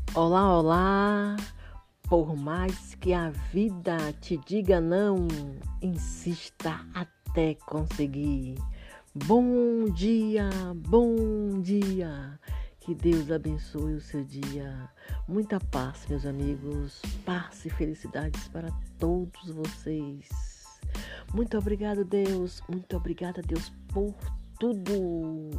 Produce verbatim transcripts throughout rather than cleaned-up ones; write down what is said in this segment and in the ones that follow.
Olá, olá! Por mais que a vida te diga não, insista até conseguir. Bom dia, bom dia! Que Deus abençoe o seu dia. Muita paz, meus amigos. Paz e felicidades para todos vocês. Muito obrigado, Deus. Muito obrigada, Deus, por tudo.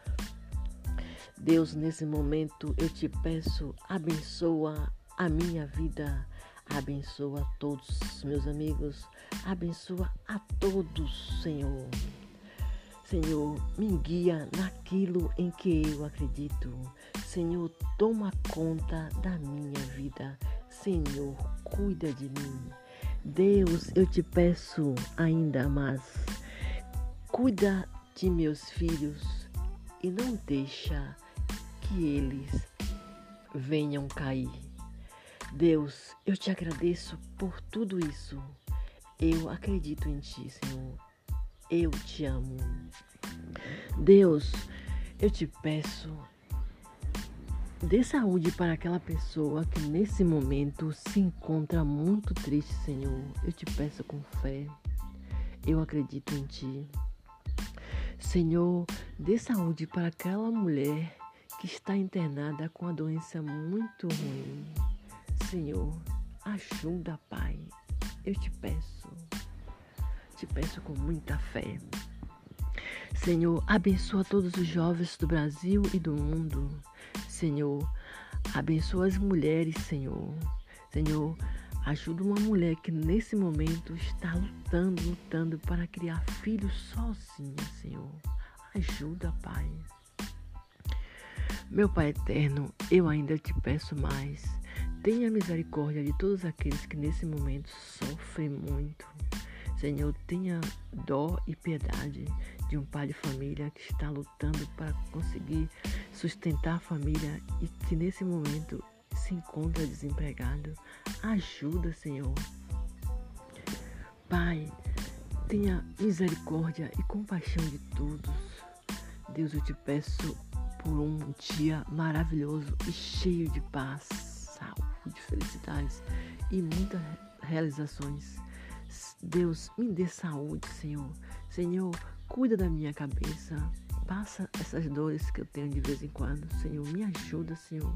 Deus, nesse momento eu te peço, abençoa a minha vida, abençoa todos meus amigos, abençoa a todos, Senhor. Senhor, me guia naquilo em que eu acredito. Senhor, toma conta da minha vida. Senhor, cuida de mim. Deus, eu te peço ainda mais, cuida de meus filhos e não deixa que eles venham cair. Deus, eu te agradeço por tudo isso. Eu acredito em ti, Senhor. Eu te amo. Deus, eu te peço, dê saúde para aquela pessoa que nesse momento se encontra muito triste, Senhor. Eu te peço com fé. Eu acredito em ti. Senhor, dê saúde para aquela mulher que está internada com uma doença muito ruim. Senhor, ajuda, Pai. Eu te peço. Te peço com muita fé. Senhor, abençoa todos os jovens do Brasil e do mundo. Senhor, abençoa as mulheres, Senhor. Senhor, ajuda uma mulher que nesse momento está lutando, lutando para criar filhos sozinha, Senhor. Ajuda, Pai. Meu Pai eterno, eu ainda te peço mais. Tenha misericórdia de todos aqueles que nesse momento sofrem muito. Senhor, tenha dó e piedade de um pai de família que está lutando para conseguir sustentar a família e que nesse momento se encontra desempregado. Ajuda, Senhor. Pai, tenha misericórdia e compaixão de todos. Deus, eu te peço por um dia maravilhoso e cheio de paz, saúde, felicidades e muitas realizações. Deus, me dê saúde, Senhor. Senhor, cuida da minha cabeça. Passa essas dores que eu tenho de vez em quando. Senhor, me ajuda, Senhor.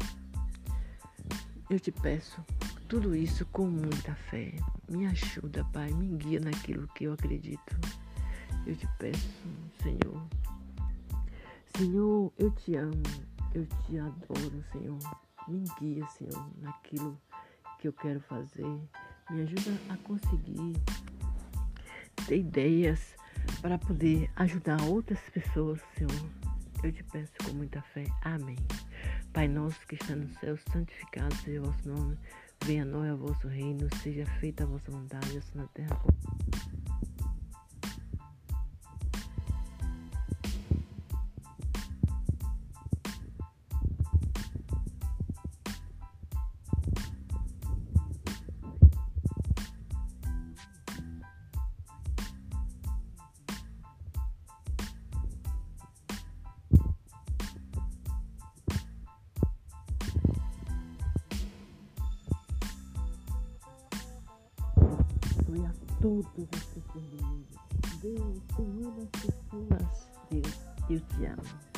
Eu te peço tudo isso com muita fé. Me ajuda, Pai. Me guia naquilo que eu acredito. Eu te peço, Senhor. Senhor, eu te amo. Eu te adoro, Senhor. Me guia, Senhor, naquilo que eu quero fazer. Me ajuda a conseguir ter ideias para poder ajudar outras pessoas, Senhor. Eu te peço com muita fé. Amém. Pai nosso que está no céu, santificado seja o vosso nome. Venha a nós o vosso reino. Seja feita a vossa vontade, assim na terra como e a todas as pessoas do mundo. Deus, Senhor das pessoas. Deus, eu te amo.